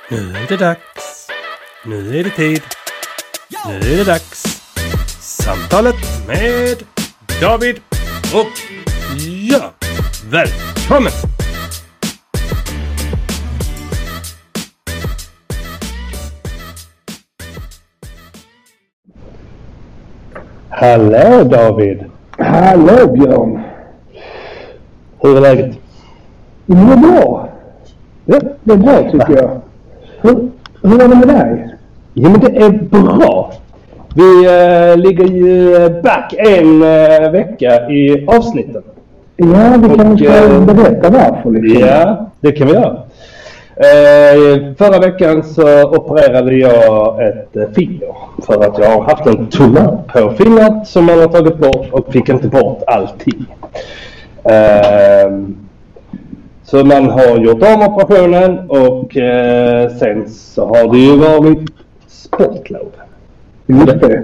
Nu är det dags. Nu är det tid. Nu är det dags. Samtalet med David och jag. Välkommen! Hallå David! Hallå Björn! Hur är läget? Det är bra. Ja. Det är bra tycker jag. Hur är det med dig? Jo men det är bra. Vi ligger ju back en vecka i avsnitten. Ja, vi kan berätta varför liksom. Ja, det kan vi göra. Förra veckan så opererade jag ett finger för att jag har haft en tumör på fingret som man har tagit bort och fick inte bort allting. Så man har gjort om operationen och sen så har det ju varit sportlov. Just det.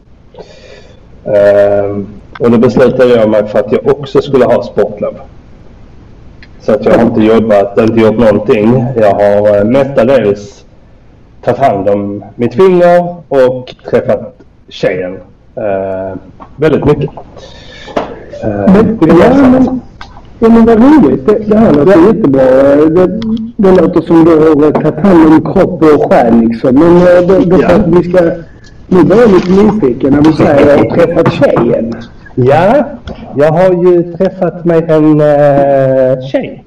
Och då beslutade jag mig för att jag också skulle ha sportlov. Så att jag har inte gjort någonting. Jag har mestadels tagit hand om mitt finger och träffat tjejen väldigt mycket. Men vad roligt. Det här låter jättebra. Det låter som du har tagit hand om kropp och själ liksom. Men vi ska... Nu börjar jag lite nyfiken när du säger att jag har träffat tjejen. Ja, jag har ju träffat mig en tjej.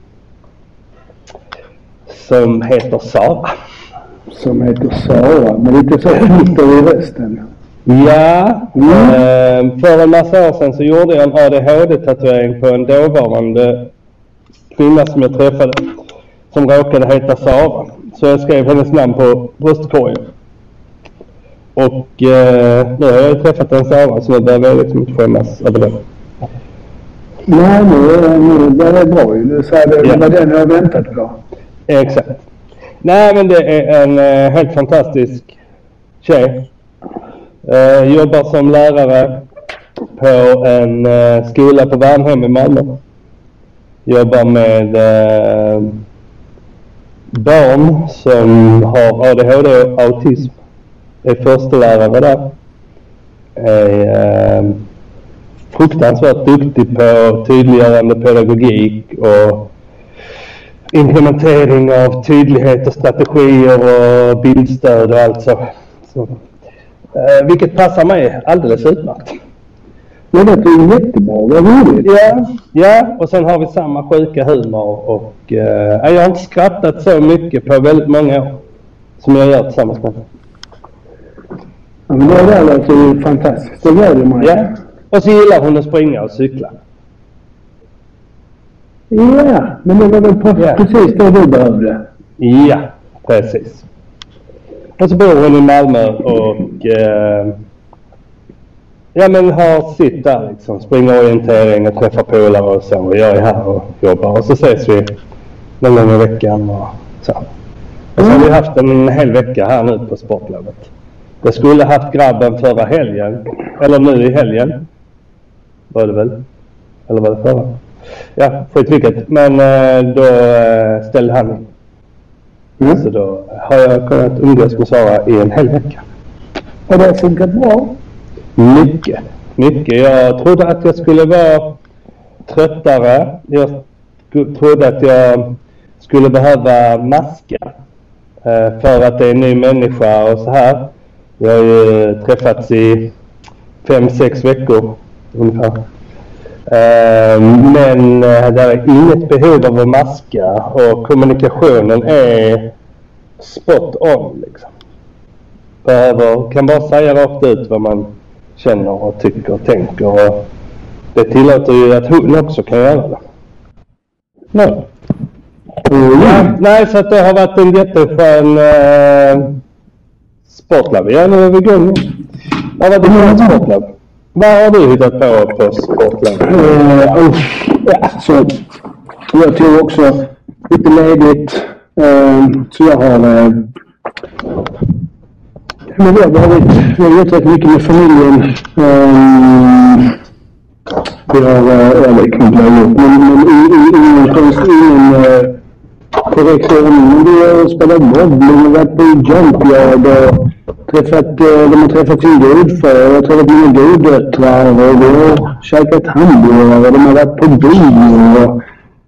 Som heter Sara. Som heter Sara, men lite så flitter i rösten. Ja, för en massa år sedan så gjorde jag en ADHD-tatuering på en dåvarande kvinna som jag träffade. Som råkade heta Sara. Så jag skrev hennes namn på bröstkorgen. Och nu har jag träffat en Sara så nu behöver jag liksom inte skämmas över det. Nej, nu det är bra ju. Du sa det var den jag väntat på. Exakt. Nej, men det är en helt fantastisk tjej. Jobbar som lärare på en skola på Värnhem i Malmö. Jobbar med barn som har ADHD och autism. Är förstelärare där. Är fruktansvärt duktig på tydliggörande pedagogik och implementering av tydlighet och strategier och bildstöd och allt så. Vilket passar mig alldeles utmärkt. Ja, det är jättebra. Vad roligt. Ja, och sen har vi samma sjuka humor och jag har inte skrattat så mycket på väldigt många år som jag gör tillsammans med. Ja, men det låter ju fantastiskt. Det gör det mig. Ja, och så gillar hon att springa och cykla. Ja, men det var väl precis det du behövde. Ja, precis. Och så bor hon i Malmö och men har sitt där liksom. Springorientering och träffar polare och så. Och jag är här och jobbar och så ses vi någon gång i veckan och så. Och så har vi haft en hel vecka här nu på sportlovet. Jag skulle haft grabben förra helgen. Eller nu i helgen. Var det väl? Eller var det förra? Ja, skitvilket. Men då ställde han in. Så då har jag kunnat umgås med Sara i en hel vecka. Och det har funkat bra? Mycket. Jag trodde att jag skulle vara tröttare. Jag trodde att jag skulle behöva maska. För att det är en ny människa och så här. Jag har ju träffats i 5-6 veckor ungefär. Men det är inget behov av att maska och kommunikationen är spot on liksom. Kan bara säga rakt ut vad man känner och tycker och tänker och det tillåter ju att hon också kan göra det. Nej, så att det har varit en jätteskön sportlov. Ja, nu är vi igång. Vad var det för sportlov? Vad har du hittat på sportlov? Så jag tog också lite ledigt. Så jag har men vi har gjort rätt mycket med familjen. Vi har, jag vet inte vad jag har gjort, men ingen korrekt ordning. Vi har spelat mobbning och varit på jumpyard och de har träffat sin gudfar och träffat mina guddöttrar och vi har käkat hamburgare och de har varit på bio och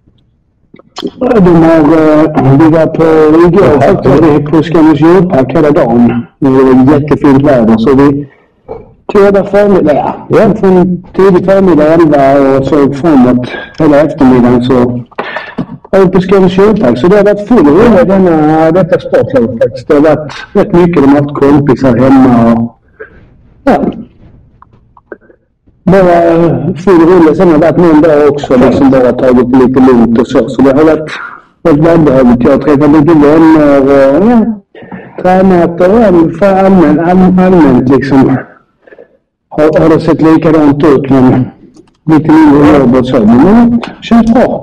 vi var igår faktiskt på Skånes djurpark hela dagen. Det var jättefint väder så vi tog hela förmiddag. Ja, från tidig förmiddag 11 och så framåt hela eftermiddagen så var vi på Skånes djurpark. Så det har varit full rulle detta sportlov faktiskt. Det har varit rätt mycket. De har haft kompisar hemma och ja. Bara full rulle. Sen har det varit någon dag också liksom bara tagit lite lugnt och så. Så det har varit välbehövligt. Jag har träffat lite vänner och tränat och allmänt liksom. Har det sett likadant ut men lite mindre jobb och så. Men det känns bra.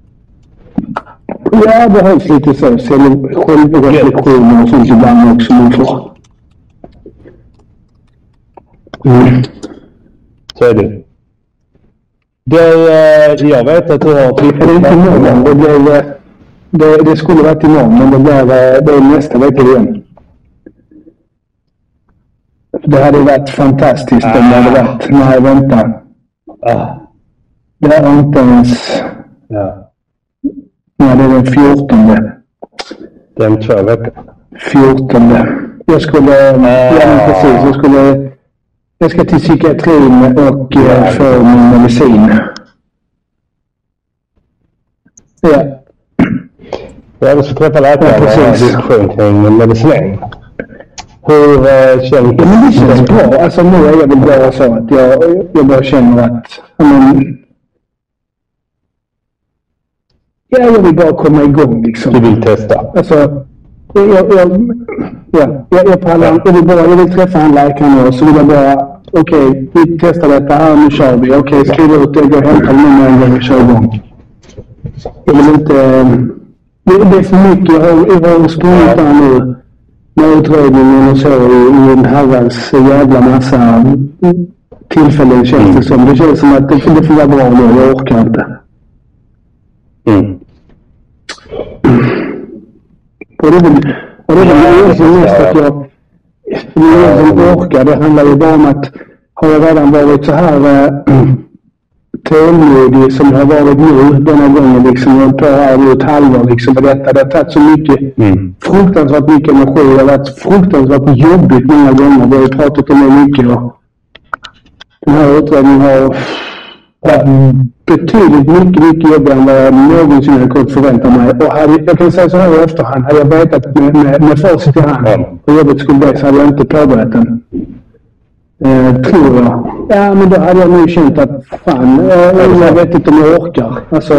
Ja, det behövs lite så. Självreflektioner och sånt ibland också. Så är det. Jag vet att du har det är inte imorgon. Det skulle varit imorgon, men det är nästa vecka igen. Det hade varit fantastiskt om det hade varit. Nej, vänta. Det är inte ens... Ja. Nej, det är den 14. Det är en 2 veckor. 14. Jag skulle... Ja, precis. Jag ska till psykiatrin och få min medicin. Ja. Ja, du ska träffa läkaren och ha diskussion kring medicinering. Hur känns det? Men det känns bra. Alltså nu är jag väl bara så att jag bara känner att... jag vill bara komma igång liksom. Du vill testa? Alltså... Jag vill träffa en läkare nu och så vill jag bara okej, vi testar detta här, nu kör vi. Okej, skriv ut det, gå och hämta mig en gång och kör igång. Jag vill inte... Det är för mycket. Jag har sprungit där nu med utredningen och så i en herrans jävla massa tillfällen känns det som. Det känns som att det får vara bra nu, jag orkar inte. Och det är mest att jag orkar. Det handlar ju bara om att har jag redan varit så här tålmodig som jag har varit nu denna gången liksom. Jag tar ett halvår liksom med detta. Det har tagit så mycket, fruktansvärt mycket energi. Det har varit fruktansvärt jobbigt många gånger. Vi har pratat om det mycket och den här utredningen har betydligt mycket jobbigare än vad jag någonsin hade kunnat förvänta mig. Och jag kan säga så här i efterhand, hade jag vetat med facit i hand hur jobbet skulle bli så hade jag inte påbörjat den. Tror jag. Ja, men då hade jag nog känt att fan, jag vet inte om jag orkar. Alltså,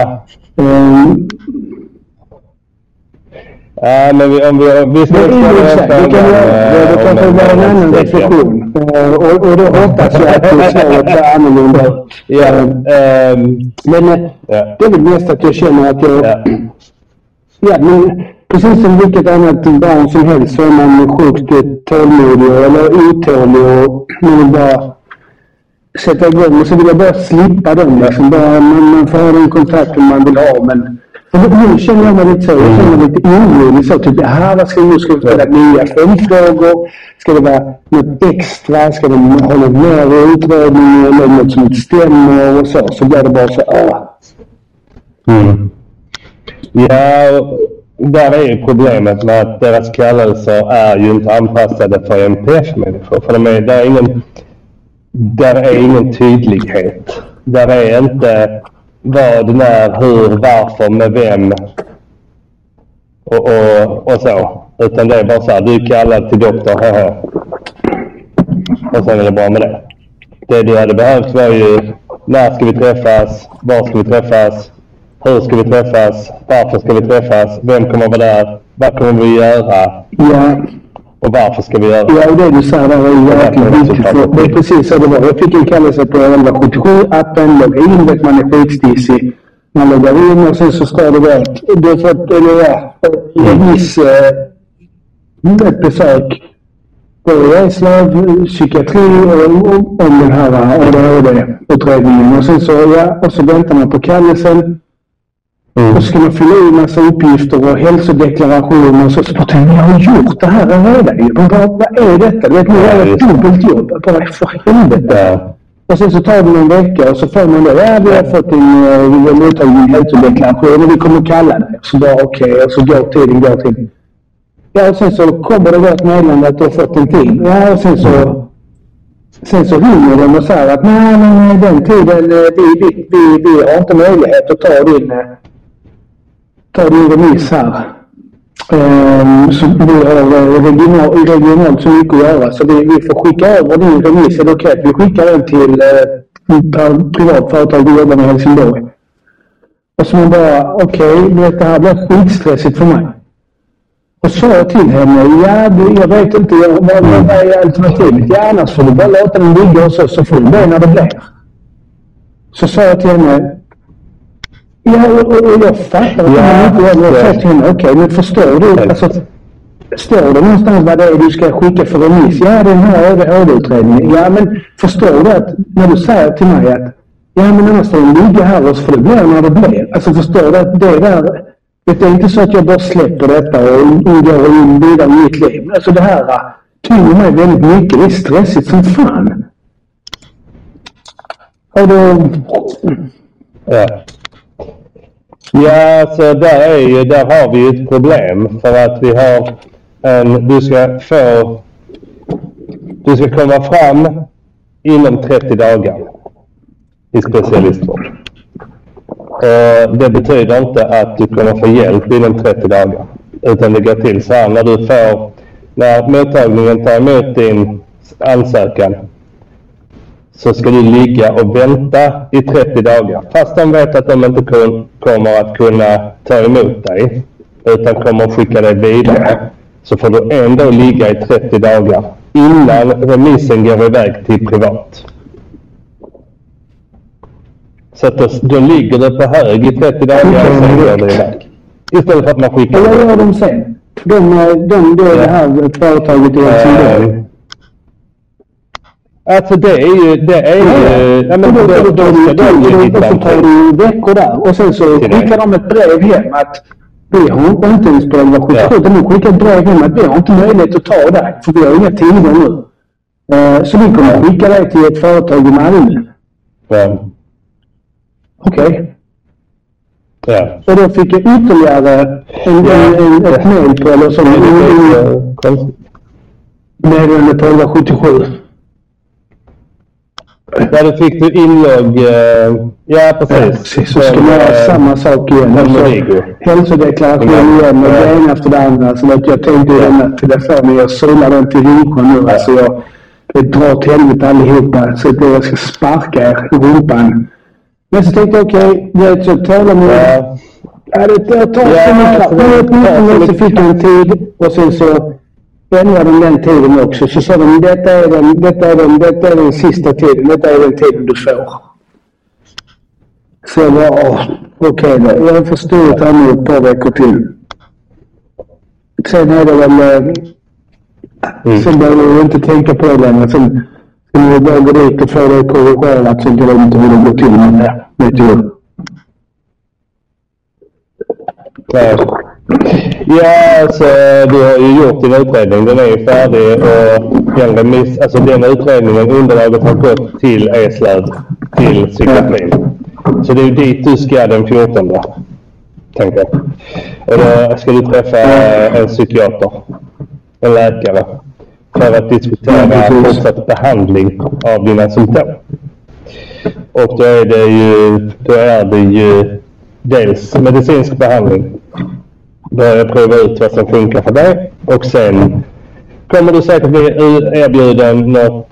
men vi ska det kanske var en annan reflektion. Och då hoppas jag att det svaret är annorlunda. Men det är väl mest att jag känner att jag... men precis som vilket annat barn som helst så är man sjukt tålmodig eller otålig och man bara sätta igång. Och så vill jag bara slippa dem liksom. Man får ha den kontakten man vill ha, men nu känner jag mig lite så, jag känner mig lite orolig så typ, vad ska vi spela nya följdfrågor? Ska det vara något extra? Ska de ha något mer utredning eller något som inte stämmer och så blir det bara så, Ja, där är ju problemet med att deras kallelser är ju inte anpassade för NPF-människor. För där är ingen tydlighet. Där är inte vad, när, hur, varför, med vem och så. Utan det är bara så här, du är kallad till doktor, och sen är det bra med det. Det du hade behövt var ju, när ska vi träffas, var ska vi träffas, hur ska vi träffas, varför ska vi träffas, vem kommer vara där, vad kommer vi göra och varför ska vi göra det. Ja, det du säger där är verkligen viktigt. Det är precis så det var. Jag fick en kallelse på 1177-appen, logga in, vet man är skitstissig. Man loggar in och sen så står det där. Du har fått en viss ett besök på Eslöv, psykiatri och om den här ADHD-utredningen. Och sen så, och så väntar man på kallelsen. Och så ska man fylla i massa uppgifter och hälsodeklarationer och så tänker jag har gjort det här redan ju. Vad är detta? Det är ett dubbelt jobb. Bara för helvete. Och sen så tar det en vecka och så får man det. Ja, vi har fått en mottagning hälsodeklaration och vi kommer kalla det. Så bara okej, och så går tiden. Ja, och sen så kommer det ett meddelande att du har fått en tid. Ja, och sen så ringer de och säger att nej, den tiden, vi har inte möjlighet att ta din remiss här. Så vi har regionalt så mycket att göra så vi får skicka över din remiss. Är det okej att vi skickar den till privat företag vi jobbar med Helsingborg? Och så man bara, okej, det här blir skitstressigt för mig. Och sa jag till henne, jag vet inte, vad är alternativet? Ja, annars får du bara låta den ligga och så får du det när det blir. Så sa jag till henne, och jag fattar att jag sa till henne, okej, men förstår du, alltså, står det någonstans vad det är du ska skicka för remiss? Ja, den här ADHD-utredningen. Ja, men förstår du att när du säger till mig att ja, men annars får den ligga här och så får det bli när det blir. Alltså förstår du att det där, det är inte så att jag bara släpper detta och går in vidare i mitt liv. Alltså det här tynger mig väldigt mycket. Det är stressigt som fan. Och då... Ja, så där har vi ett problem för att vi har du ska komma fram inom 30 dagar i specialistvård. Det betyder inte att du kommer få hjälp inom 30 dagar. Utan det går till så här när mottagningen tar emot din ansökan så ska du ligga och vänta i 30 dagar. Fast de vet att de inte kommer att kunna ta emot dig utan kommer att skicka dig vidare så får du ändå ligga i 30 dagar innan remissen går iväg till privat. Så att då ligger det på hög i 30 dagar och sen går det iväg. Istället för att man skickar det. Vad gör de sen? Det här företaget i Helsingborg. Alltså det är ju... Ja, men då tar det veckor där. Och sen så skickar de ett brev hem att vi har inte ens börjat skicka ut. De skickar ett brev hem att vi har inte möjlighet att ta det. För vi har inga tider nu. Så vi kommer skicka det till ett företag i Malmö. Ja. Okej. Ja. Och då fick jag ytterligare ett mejl på eller så. Meddelande på 1177. Ja, då fick du inlogg. Ja, precis. Så ska man göra samma sak igen. Hälsodeklaration igen och det ena efter det andra. Så att jag tänkte ju den här telefonen. Jag solar den till Ringsjön nu. Alltså jag drar till helvete allihopa. Så att jag ska sparka er i rumpan. Men så tänkte jag okej, jag så talar med... Det tar så fick jag en tid och sen så ändrade de den tiden också. Så sa de, detta är den sista tiden, detta är den tiden du får. Så jag var, okej då, jag förstår att han är ett par veckor till. Sen är det väl, sen behöver jag inte tänka på det längre. Sen jag bara gå dit och få det korrigerat så inte inte hur det går till med det. Vet du? Ja, alltså du har ju gjort din utredning. Den är ju färdig och den utredningen, underlaget har gått till Eslöv, till psykiatrin. Så det är ju dit du ska den 14, tänker jag. Och då ska du träffa en psykiater, en läkare, för att diskutera fortsatt behandling av dina symptom. Och då är det ju dels medicinsk behandling. Börja prova ut vad som funkar för dig. Och sen kommer du säkert bli erbjuden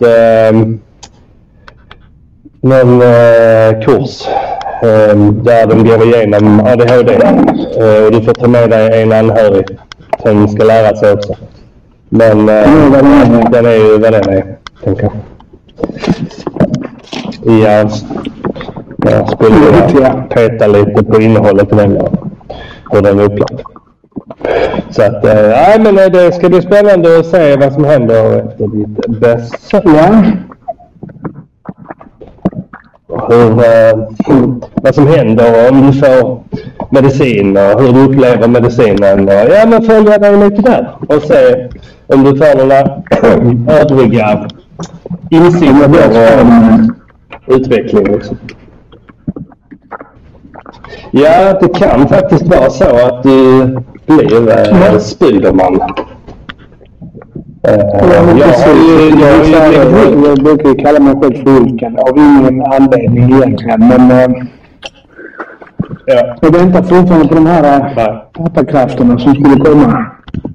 någon kurs där de går igenom ADHD. Och du får ta med dig en anhörig som ska lära sig också. Men den är ju vad den är, tänker jag. Jag skulle vilja peta lite på innehållet i den och den är upplagd. Så att, men det ska bli spännande att se vad som händer efter ditt bästa. Ja. Vad som händer om du får medicin och hur du upplever medicinen. Och, ja, men följa dig lite där och se om du får några övriga insikter och utveckling. Liksom. Ja, det kan faktiskt vara så att du blir Spiderman. Jag brukar kalla mig själv för Hulken av ingen anledning egentligen, men jag väntar fortfarande på de här pappakrafterna som skulle komma.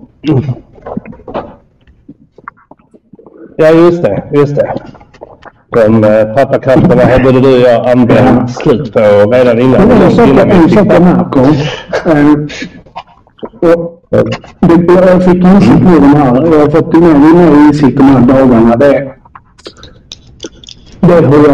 Ja, just det. De pappakrafterna har både du och jag använt slut på redan innan. Jag fick insikt med de här. Jag har fått mer insikt de här dagarna. Det är hur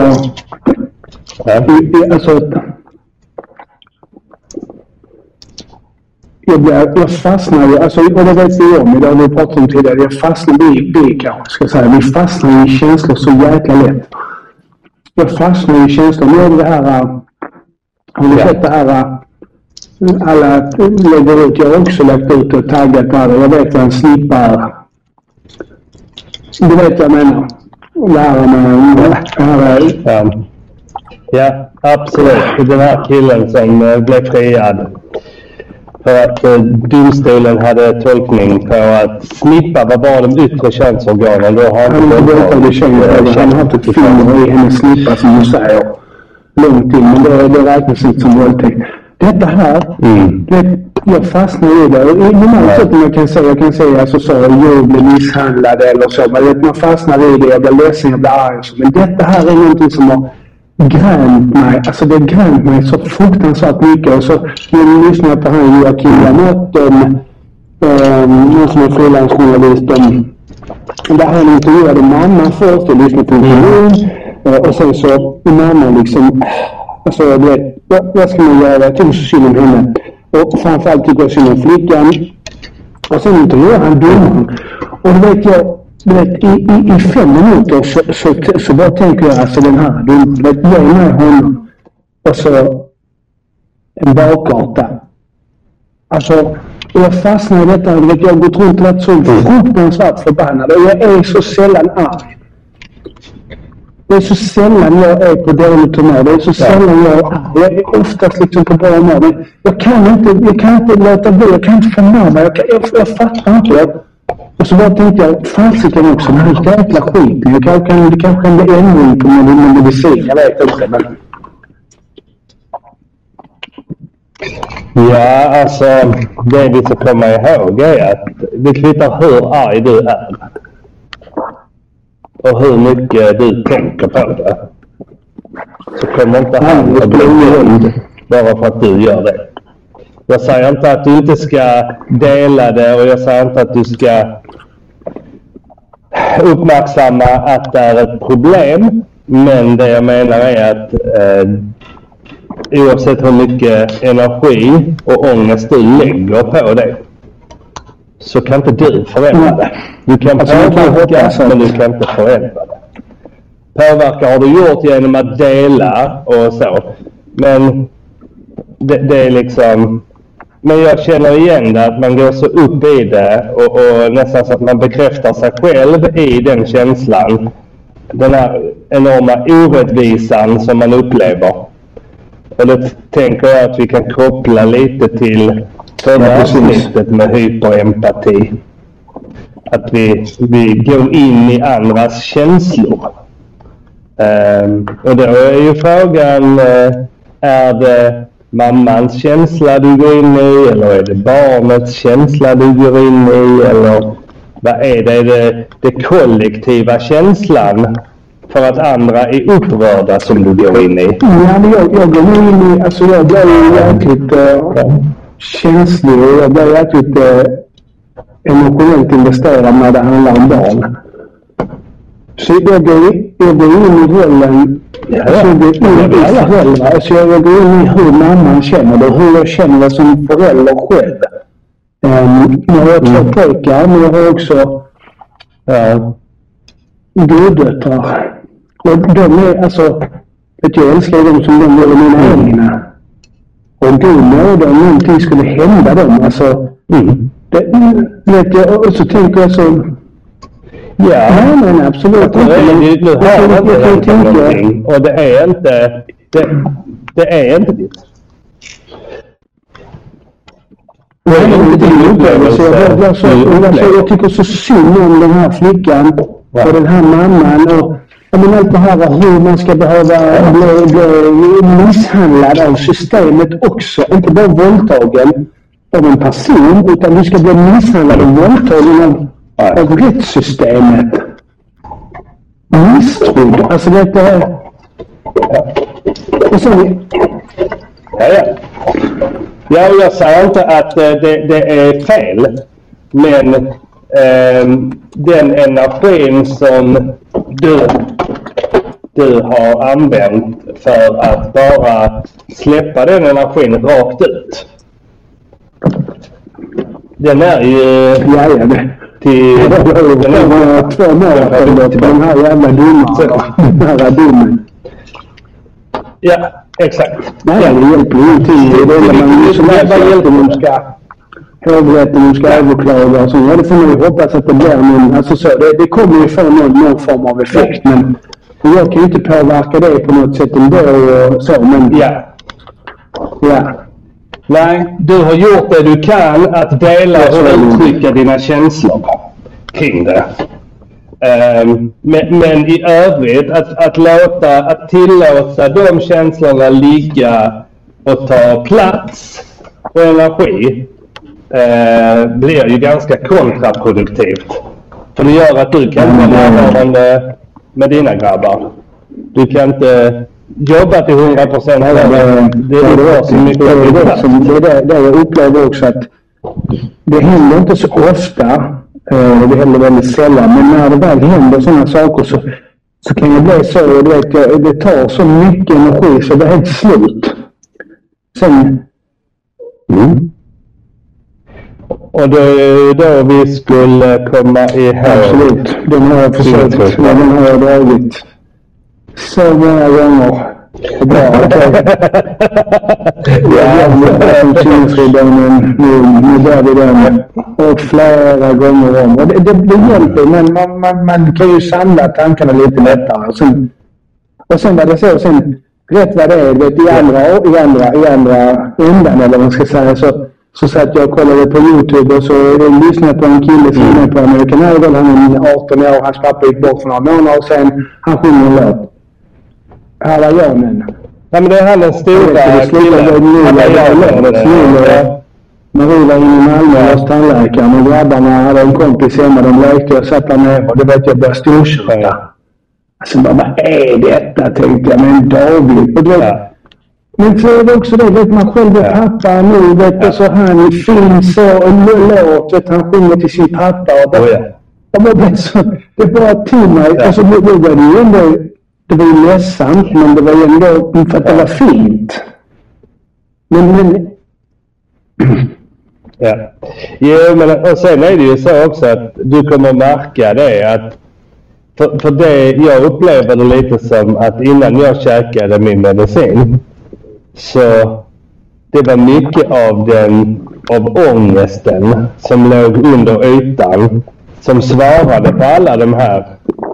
jag fastnar ju, alltså, och det vet vi om, det har vi pratat om tidigare, jag fastnar vi fastnar i känslor så jäkla lätt. Jag fastnar i känslor. Nu är det här, har ni sett det här, alla lägger ut, jag har också lagt ut och taggat på det. Jag vet vad en snippa är. Du vet vad jag menar. Det här med ja, absolut. Den här killen som blev friad för att domstolen hade tolkning på att snippa var bara de yttre könsorganen. Då har han har haft ett finger i hennes snippa som du säger. Långt in, men det räknas inte som våldtäkt. Detta här, jag fastnar i det. Normalt sett jag kan säga alltså så, jag blir misshandlad eller så. Men man fastnar i det, jag blir ledsen, jag blir arg. Men detta här är någonting som har gränt mig. Alltså det har gränt mig så fruktansvärt mycket. Och så när jag lyssnar på han Joakim Lamotte, någon som är frilansjournalist, där han intervjuade mamman först och lyssnade på intervjun. Och sen så mamman liksom, alltså vad ska man göra? Jag tycker så synd om henne. Och framförallt tycker jag synd om flickan. Och sen intervjuar han domaren. Och då vet jag, i 5 minuter så bara tänker jag alltså den här domaren, jag är med honom. Och så en bakgata. Alltså, jag fastnar i detta, jag har gått runt och varit så fruktansvärt förbannad. Och jag är så sällan arg. Det är så sällan jag är på dåligt humör. Det är så sällan jag är oftast liksom på bra humör. Men jag kan inte låta bli. Jag kan inte förmå mig. Jag fattar inte. Och så bara tänkte jag, fasiken också, den här jäkla skiten. Det kanske kan bli ändring på min medicin. Jag vet inte, men... Ja, alltså det vi ska komma ihåg är att det kvittar hur arg du är. Och hur mycket du tänker på det. Så kommer inte han att bli ond bara för att du gör det. Jag säger inte att du inte ska dela det och jag säger inte att du ska uppmärksamma att det är ett problem. Men det jag menar är att oavsett hur mycket energi och ångest du lägger på det så kan inte du förändra det. Du kan påverka, men du kan inte förändra det. Påverka har du gjort genom att dela och så. Men det är liksom... Men jag känner igen det, att man går så upp i det och nästan så att man bekräftar sig själv i den känslan. Den här enorma orättvisan som man upplever. Och då tänker jag att vi kan koppla lite till förra avsnittet med hyperempati. Att vi går in i andras känslor. Och då är ju frågan, är det mammans känsla du går in i? Eller är det barnets känsla du går in i? Eller vad är det kollektiva känslan för att andra är upprörda som du går in i? Ja, men jag går in i, alltså jag blir ju jäkligt känslig och jag blir jäkligt emotionellt investerad när det handlar om barn. Så jag går in i rollen, jag går in i hur mamman känner det och hur jag känner det som förälder själv. Jag har 2 pojkar, men jag har också goddöttrar. Och de är alltså, jag älskar dem som de gör mina egna. Och Gud nådde om någonting skulle hända dem. Alltså, vet jag, och så tänker jag så... Ja, men absolut. Nu har man inte någonting. Och det är inte... Det är inte ditt. Jag tycker så synd om den här flickan och den här mamman och jag menar allt det här hur man ska behöva bli misshandlad av systemet också. Inte bara våldtagen av en person utan du ska bli misshandlad och våldtagen av rättssystemet. Misstrodd. Alltså det är... Och så... Ja, jag säger inte att det är fel. Men den energin som du har använt för att bara släppa den energin rakt ut. Den är ju... Till... Den är 2 månader på den här jävla domen. Ja, exakt. Nej, det hjälper ju ingenting. Det är man som hovrätten ska överklaga och så. Ja, det får man ju hoppas att det blir någon... Alltså så, det kommer ju få någon form av effekt, men jag kan ju inte påverka det på något sätt ändå och så, men... Ja. Nej, du har gjort det du kan att dela och uttrycka dina känslor kring det. Men i övrigt att tillåta de känslorna ligga och ta plats och energi blir ju ganska kontraproduktivt. För det gör att du kan vara närvarande med dina grabbar. Du kan inte jobba till 100% heller. Det är så mycket det jag upplever också att det händer inte så ofta. Det händer väldigt sällan, men när det väl händer sådana saker så kan det bli så, du vet, det tar så mycket energi så det är helt slut. Sen... Och då vi skulle komma ihåg... Absolut, den har jag försökt, den har jag dragit så många gånger. Bra, okej. Nu börjar vi den och flera gånger om. Och det hjälper, men man kan ju samla tankarna lite lättare. Och sen var det så, sen rätt vad det är, vet, i andra undan, eller vad man ska säga, så satt jag och kollade på YouTube och så lyssnade jag på en kille som är på American Idol. Han är 18 år, hans pappa gick bort för några månader och sen han sjunger en låt. Här var jag men. Ja, men det är han den stora killen. Marie var inne i Malmö hos tandläkaren och grabbarna hade en kompis hemma. De lekte och satt där med och det vet jag började storköta. Alltså vad är detta, tänkte jag. Men David. Och men så är det också det, vet man själv är pappa nu, vet och så han finns och en låt, vet han sjunger till sin pappa. Det bara till mig. Alltså då var det ju ändå... Det var ju ledsamt, men det var ju ändå för att det var fint. Men... Ja. Jo, men och sen är det ju så också att du kommer märka det att för det jag upplever det lite som att innan jag käkade min medicin så det var mycket av ångesten som låg under ytan som svarade på alla de här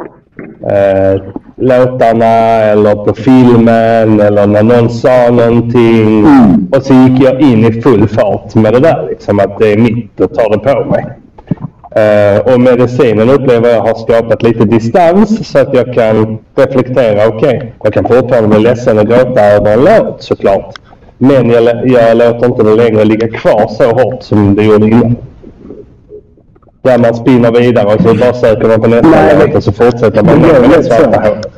låtarna eller på filmen eller när någon sa någonting och så gick jag in i full fart med det där liksom, att det är mitt och tar det på mig. Och medicinen upplever jag har skapat lite distans så att jag kan reflektera, okej, jag kan fortfarande bli ledsen och gråta över en låt såklart, men jag låter inte det längre ligga kvar så hårt som det gjorde innan. Där man spinner vidare och så bara söker man på nästa låt och så fortsätter man med det svarta håret.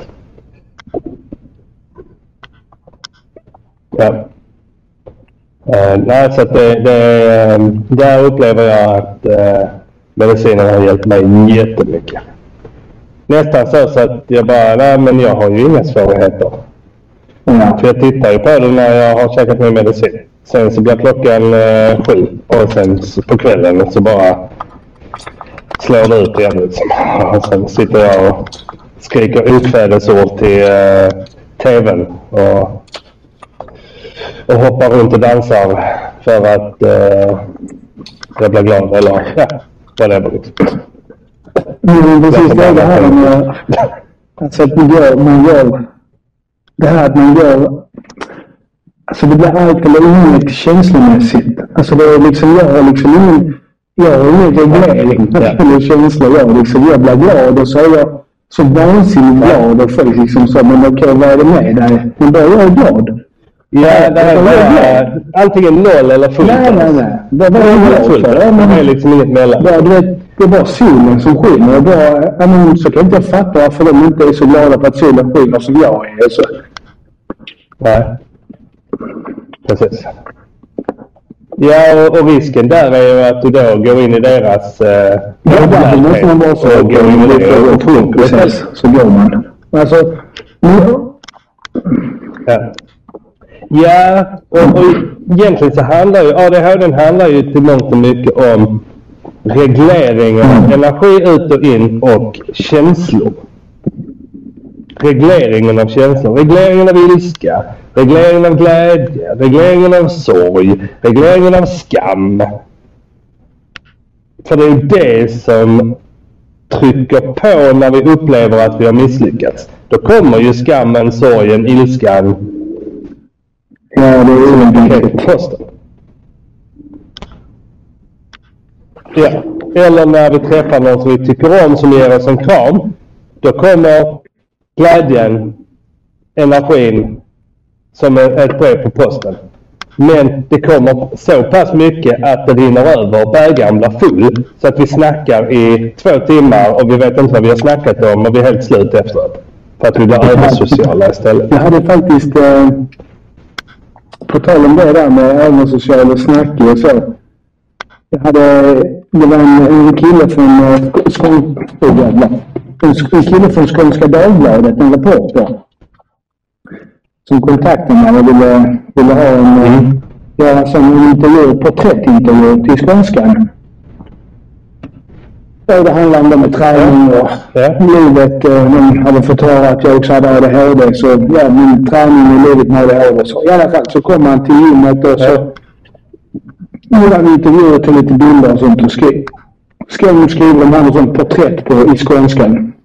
Ja. Nej, så att där upplever jag att medicinen har hjälpt mig jättemycket. Nästan så att jag bara, nej men jag har ju inga svårigheter. För jag tittar ju på det när jag har käkat min medicin. Sen så blir klockan 7 och sen på kvällen så bara slår det ut igen liksom. Och sen sitter jag och skriker okvädesord till tvn och och hoppar runt och dansar för att jag blir glad eller ja, vad det är liksom. Precis det här med alltså att man gör det här att man gör alltså det blir allt eller inget känslomässigt. Alltså det är liksom jag har ingen reglering eller känsla. Jag blir glad och så är jag så vansinnigt glad och folk liksom så, men okej, vad är det med dig? Men då är jag glad. Ja, det här är antingen noll eller fullt. Nej. Det är fullt. Det är liksom inget mellan. Det är bara solen som skiner. Så kan inte jag fatta varför de inte är så glada på att solen skiner som jag är. Så. Nej. Precis. Ja, och risken där är ju att du då går in i deras det måste man vara så. Och går in i det och tror precis. Så går man. Alltså, ja, och egentligen så handlar ju ADHD handlar ju till mångt och mycket om reglering av energi ut och in och känslor. Regleringen av känslor, regleringen av ilska, regleringen av glädje, regleringen av sorg, regleringen av skam. För det är ju det som trycker på när vi upplever att vi har misslyckats. Då kommer ju skammen, sorgen, ilskan. Ja, det är ju på posten. Ja. Eller när vi träffar någon som vi tycker om som ger oss en kram. Då kommer glädjen, energin som ett brev på posten. Men det kommer så pass mycket att det rinner över, bägaren blir full. Så att vi snackar i 2 timmar och vi vet inte vad vi har snackat om och vi är helt slut efteråt. För att vi blir översociala istället. Jag hade faktiskt, på tal om det där med översociala snack och så. Det var en kille från Skånska Dagbladet, en reporter. Som kontaktade mig och ville ha en intervju, porträttintervju till Skånskan. Och det handlade om träning och livet. Man hade fått höra att jag också hade ADHD, så ja, min träning och livet med ADHD. Så i alla fall så kom han till gymmet och så gjorde han intervjuer till lite bilder och sånt och skriver de här sånt porträtt i Skånskan.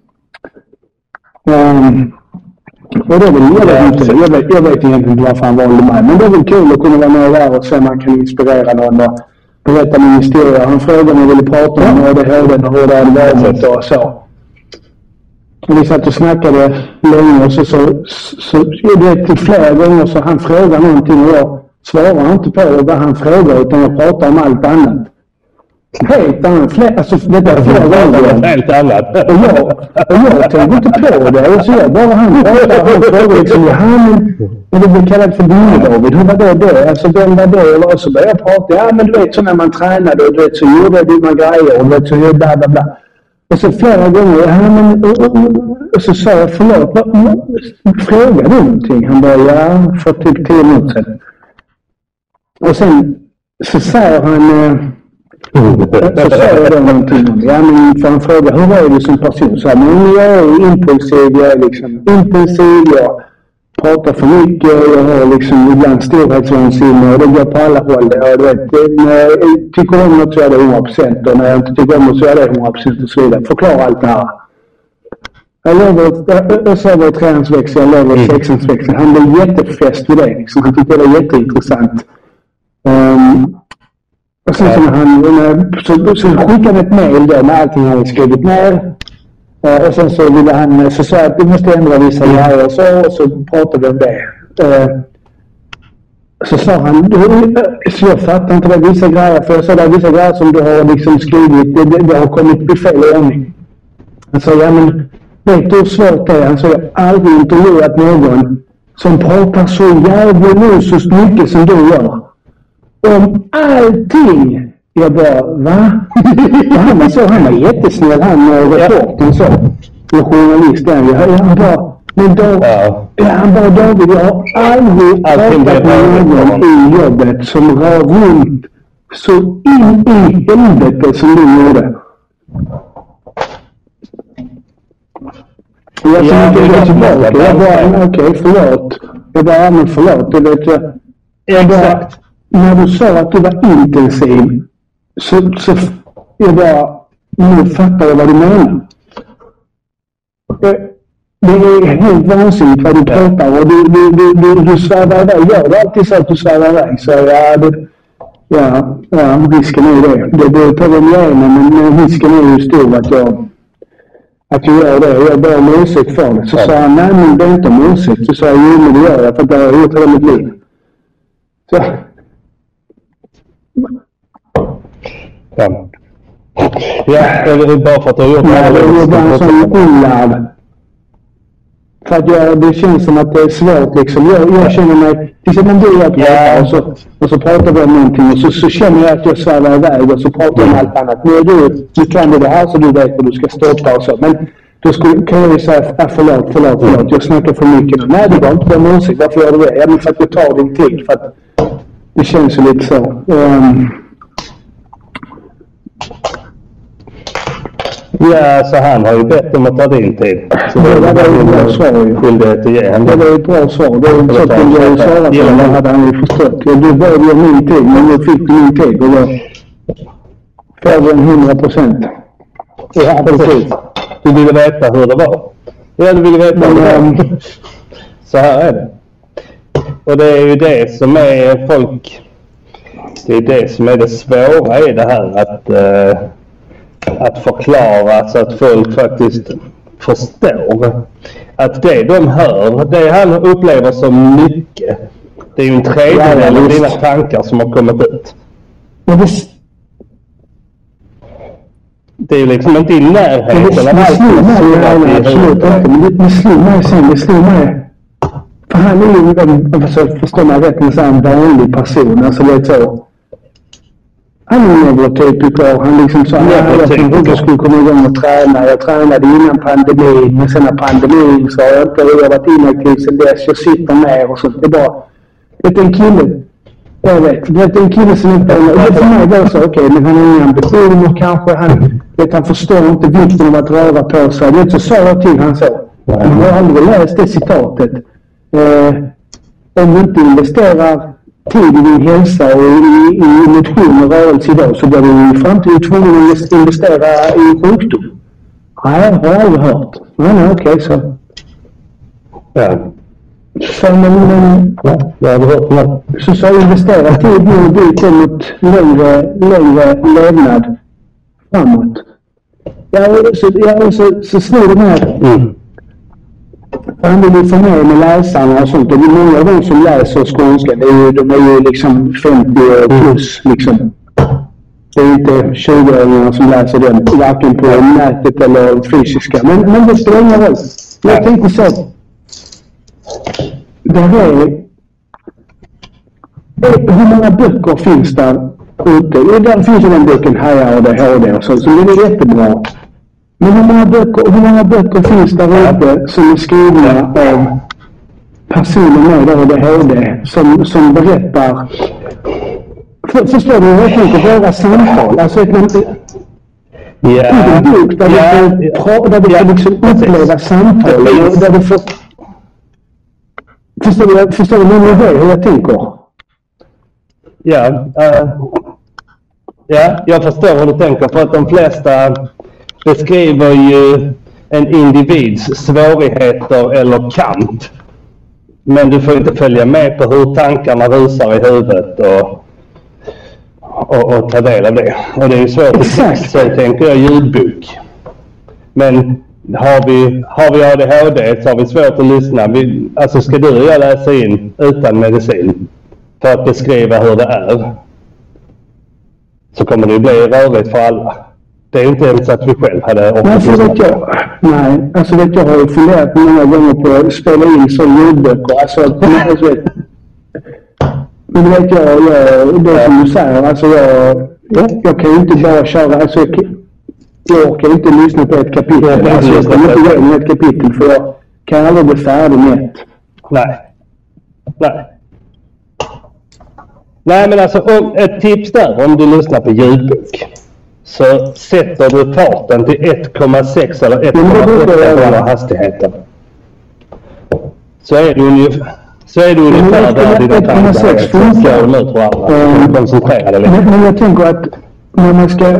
Och det är väl, jag vet egentligen inte varför han valde mig, men det är väl kul att kunna vara med där och se om man kan inspirera någon och berätta min historia. Han frågade om jag ville prata om ADHD och hur det hade varit och så. Och vi satt och snackade länge och så det till flera gånger så han frågade någonting och jag svarar inte på vad han frågar utan jag pratar om allt annat. Helt annat. Alltså detta är flera gånger. Helt annat. Och jag tänkte inte på det. Och så jag bara han frågar liksom men det blir kallat för David. Hur var det? Alltså vem var det? Och så började jag prata. Ja men du vet så när man tränade och du vet så gjorde jag dumma grejer och du vet så gjorde bla bla bla. Och så flera gånger, och så sa jag förlåt. Frågade du någonting? Han bara ja, för typ 10 minuter sedan. Och sen så säger han så säger jag någonting om för han frågar hur är du som person? Så men jag är impulsiv, jag är liksom intensiv, jag pratar för mycket, jag har liksom ibland storhetsvansinne och det går på alla håll. Jag tycker om något så är det 100% och när jag inte tycker om något så är det 100% och så vidare. Förklara allt det här. Jag sa vår träningsväxel, jag lever sexensväxel. Han blev jättefäst vid det liksom. Han tyckte det var jätteintressant. Och sen så skickade han ett mejl där med allting han hade skrivit ner. Och sen så ville han så sa att vi måste ändra vissa grejer och så pratade vi om det. Så sa han, så jag fattar inte vad vissa grejer, för jag sa det är vissa grejer som du har liksom skrivit, det har kommit i fel ordning. Han sa, ja men vet du hur svårt det är? Han sa, jag har aldrig intervjuat någon som pratar så jävligt musiskt mycket som du gör. Om allting. Jag bara, va? Han var jättesnäll, han reporten så. En journalist där. Han bara, men då, han bara, David, jag har aldrig pratat med någon i jobbet som rör runt så in i helvete som du gjorde. Jag tänkte tillbaka. Jag bara, okej, förlåt. Jag bara, men förlåt. Det vet jag. Exakt. När du sa att du var intensiv så jag bara, nu fattar jag vad du menar. Det är helt vansinnigt vad du pratar och du svävar iväg. Gör det alltid så att du svävar iväg? Så risken är det. Det tar väl igenom, men risken är ju stor att jag gör det. Jag ber om ursäkt för det. Så sa han, nej men det är inte om ursäkt. Så sa jag, jo men det gör jag för att jag har gjort hela mitt liv. Så. Ja, bara för att du har gjort det. Ja, det är bara en sån olarv. För att det känns som att det är svårt liksom. Jag känner mig, till exempel om du pratar och så pratar vi om någonting och så känner jag att jag svävar iväg och så pratar jag om allt annat. Nu kan du det här så du vet vad du ska stoppa och så. Men då kan jag ju säga, förlåt, jag snackar för mycket. Nej, det var inte den åsikt. Varför gör du det? Ja, men för att jag tar din tid. För att det känns ju lite så. Ja, så han har ju bett om att ta din tid. Så det var ju ett bra svar. Skyldighet att ge henne. Det var ett bra svar. Det är så att jag svarade på det hade han ju förstått. Du började ge min tid, men nu fick du min tid. Och då får vi 100%. Ja, precis. Du ville veta hur det var. Ja, du ville veta hur det var. Så här är det. Och det är ju det som är folk... Det är det som är det svåra i det här. Att förklara så att folk faktiskt förstår att det de hör, det han upplever som mycket, det är ju en tredjedel av dina tankar som har kommit ut. Det är ju liksom inte i närheten av allt. Det slår mig. För han är ju, förstår man rätt, en vanlig person, alltså det är så. Han är neurotypiker, han liksom sa att jag skulle komma igång och träna. Jag tränade innan pandemin, men sen när pandemin så har jag inte varit inaktiv sen dess. Jag sitter med och så. Det är bara, det är en kille, jag vet, det är en kille som inte är, det för mig var så okej, men han har inga ambitioner kanske, han förstår inte vikten av att röra på sig. Det så sa jag till han så. Man har aldrig läst det citatet. Om du inte investerar tid i din hälsa och i motion och rörelse idag så blir du i framtiden tvungen att investera i sjukdom. Nej, jag har aldrig hört. Nej, okej, så. Ja. Så men jag hade hört det. Så jag investera tid nu och byta mot längre levnad framåt. Så snor det här. Han vill ju få med läsarna och sånt. Det är många av de som läser skånska. De är ju liksom 50 plus liksom. Det är inte 20-åringar som läser den. Varken på nätet eller fysiska. Men det spelar ingen roll. Jag tänkte så. Hur många böcker finns där ute? Där finns ju den boken Hajar och ADHD och så. Så det är jättebra. Men hur många böcker finns där ute som är skrivna av personer med ADHD som berättar... Förstår du hur jag tänker våra samtal? Alltså en bok där du får liksom uppleva samtal. Där du får... Förstår du hur jag tänker? Ja, jag förstår hur du tänker. För att de flesta beskriver ju en individs svårigheter eller kamp. Men du får inte följa med på hur tankarna rusar i huvudet och ta del av det. Och det är ju svårt att så tänker jag ljudbok. Men har vi ADHD så har vi svårt att lyssna. Alltså ska du och jag läsa in utan medicin för att beskriva hur det är, så kommer det ju bli rörigt för alla. Det är inte ens att vi själv hade orkat lyssna. Alltså jag har ju funderat många gånger på att spela in som ljudböcker. Men det vet jag det som du säger. Alltså jag kan ju inte bara köra. Alltså jag kan inte lyssna på ett kapitel. Alltså jag kan inte göra ett kapitel för jag kan aldrig bli färdig med ett. Nej, men alltså ett tips där om du lyssnar på ljudbok. Så sätter du farten till 1,6 eller 1,8 hastigheten. Så är det så är det ungefär där dina tankar slår dem ut varandra. Koncentrera dig lite. Men jag tänker att när man ska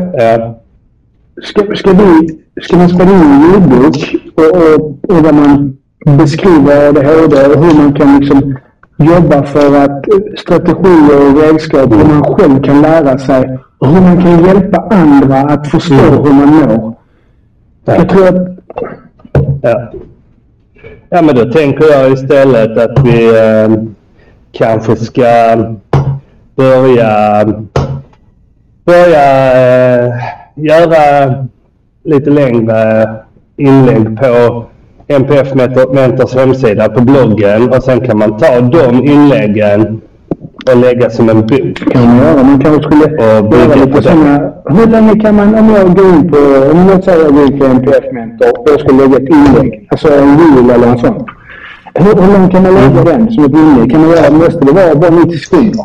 man spela in en ljudbok och där man beskriver ADHD och hur man kan liksom jobba för att strategier och redskap, hur man själv kan lära sig och hur man kan hjälpa andra att förstå hur man mår. Jag tror att... Ja, men då tänker jag istället att vi kanske ska börja göra lite längre inlägg på MPF Mentors hemsida på bloggen, och sen kan man ta de inläggen och lägga som en bok. Kan man göra. Man kanske skulle göra lite sådana... Hur länge kan man, om jag går in på, om jag säger jag går in på MPF Mentor och jag ska lägga ett inlägg, alltså en reel eller en sån. Hur länge kan man lägga den som ett inlägg? Kan man göra, måste det vara bara 90 sekunder?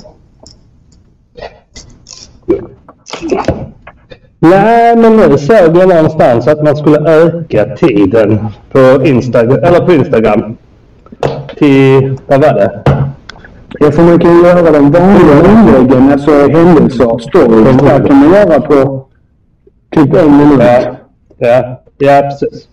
Nej, men nu såg jag någonstans att man skulle öka tiden på Instagram till, vad var det? Ja, för man kan göra de vanliga inläggen, alltså händelser, stories. Där kan man göra på typ 1 minut. Ja, precis.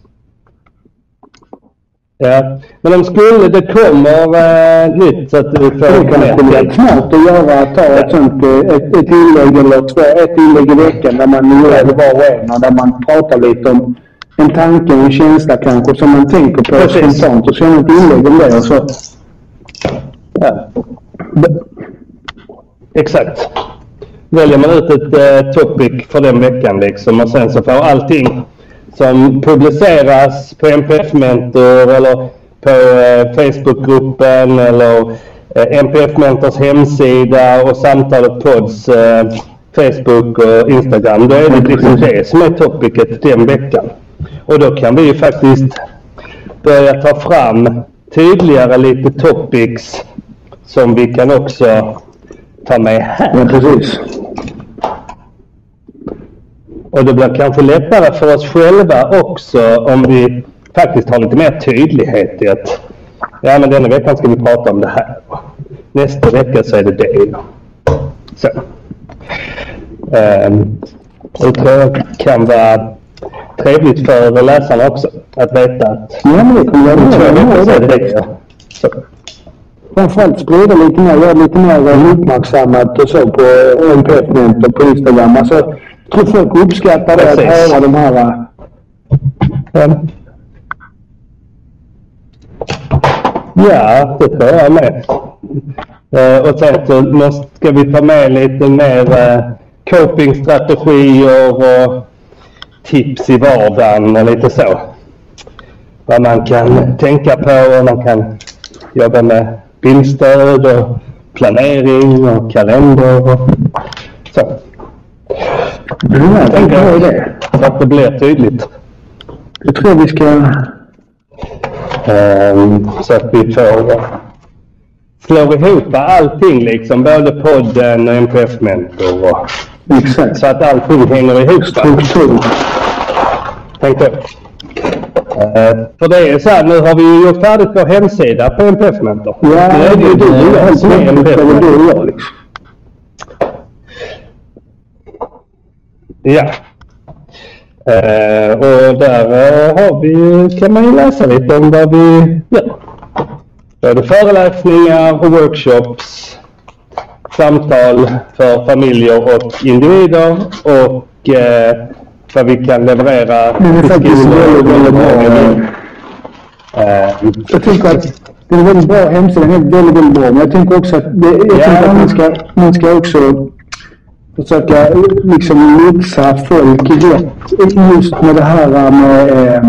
Ja, men om det kommer nytt så att du får... Det kanske blir smart att ta ett sånt ett inlägg eller ett inlägg i veckan där man gör det var och en och där man pratar lite om en tanke och en känsla kanske som man tänker på spontant och så ett inlägg om det och så... Ja. Exakt. Väljer man ut ett topic för den veckan liksom, och sen så får allting som publiceras på MPF Mentor eller på Facebookgruppen eller MPF Mentors hemsida och Samtalet Pods Facebook och Instagram. Då är det liksom det som är topicet den veckan. Och då kan vi ju faktiskt börja ta fram tydligare lite topics som vi kan också ta med här. Ja, precis. Och det blir kanske lättare för oss själva också om vi faktiskt har lite mer tydlighet i att ja, men denna veckan ska vi prata om det här. Nästa vecka så är det det. Så. Det tror jag kan vara trevligt för läsarna också att veta att ja, men det kommer vara det. Framförallt sprida lite mer, göra lite mer uppmärksammat och så på MPF Mentor på Instagram. Alltså, jag tror folk uppskattar det att höra de här... Ja, det tror jag med. Och sen så ska vi ta med lite mer copingstrategier och tips i vardagen och lite så. Vad man kan tänka på och man kan jobba med bildstöd och planering och kalender och så. Jag tänker det. Så att det blir tydligt. Jag tror vi ska... Så att vi får slå ihop allting liksom, både podden och MPF Mentor och exakt. Så att allting hänger ihop. Tänkte jag. För det är så här, nu har vi ju gjort färdigt vår hemsida på MPF Mentor. Ja, nu är det ju du som är MPF Mentor. Ja. Och där kan man ju läsa lite om vad vi gör. Både föreläsningar och workshops, samtal för familjer och individer och vad vi kan leverera till skolor. Jag tycker att det är en väldigt bra hemsida, väldigt bra. Men jag tänker också att, man ska också försöka liksom lotsa folk just med det här med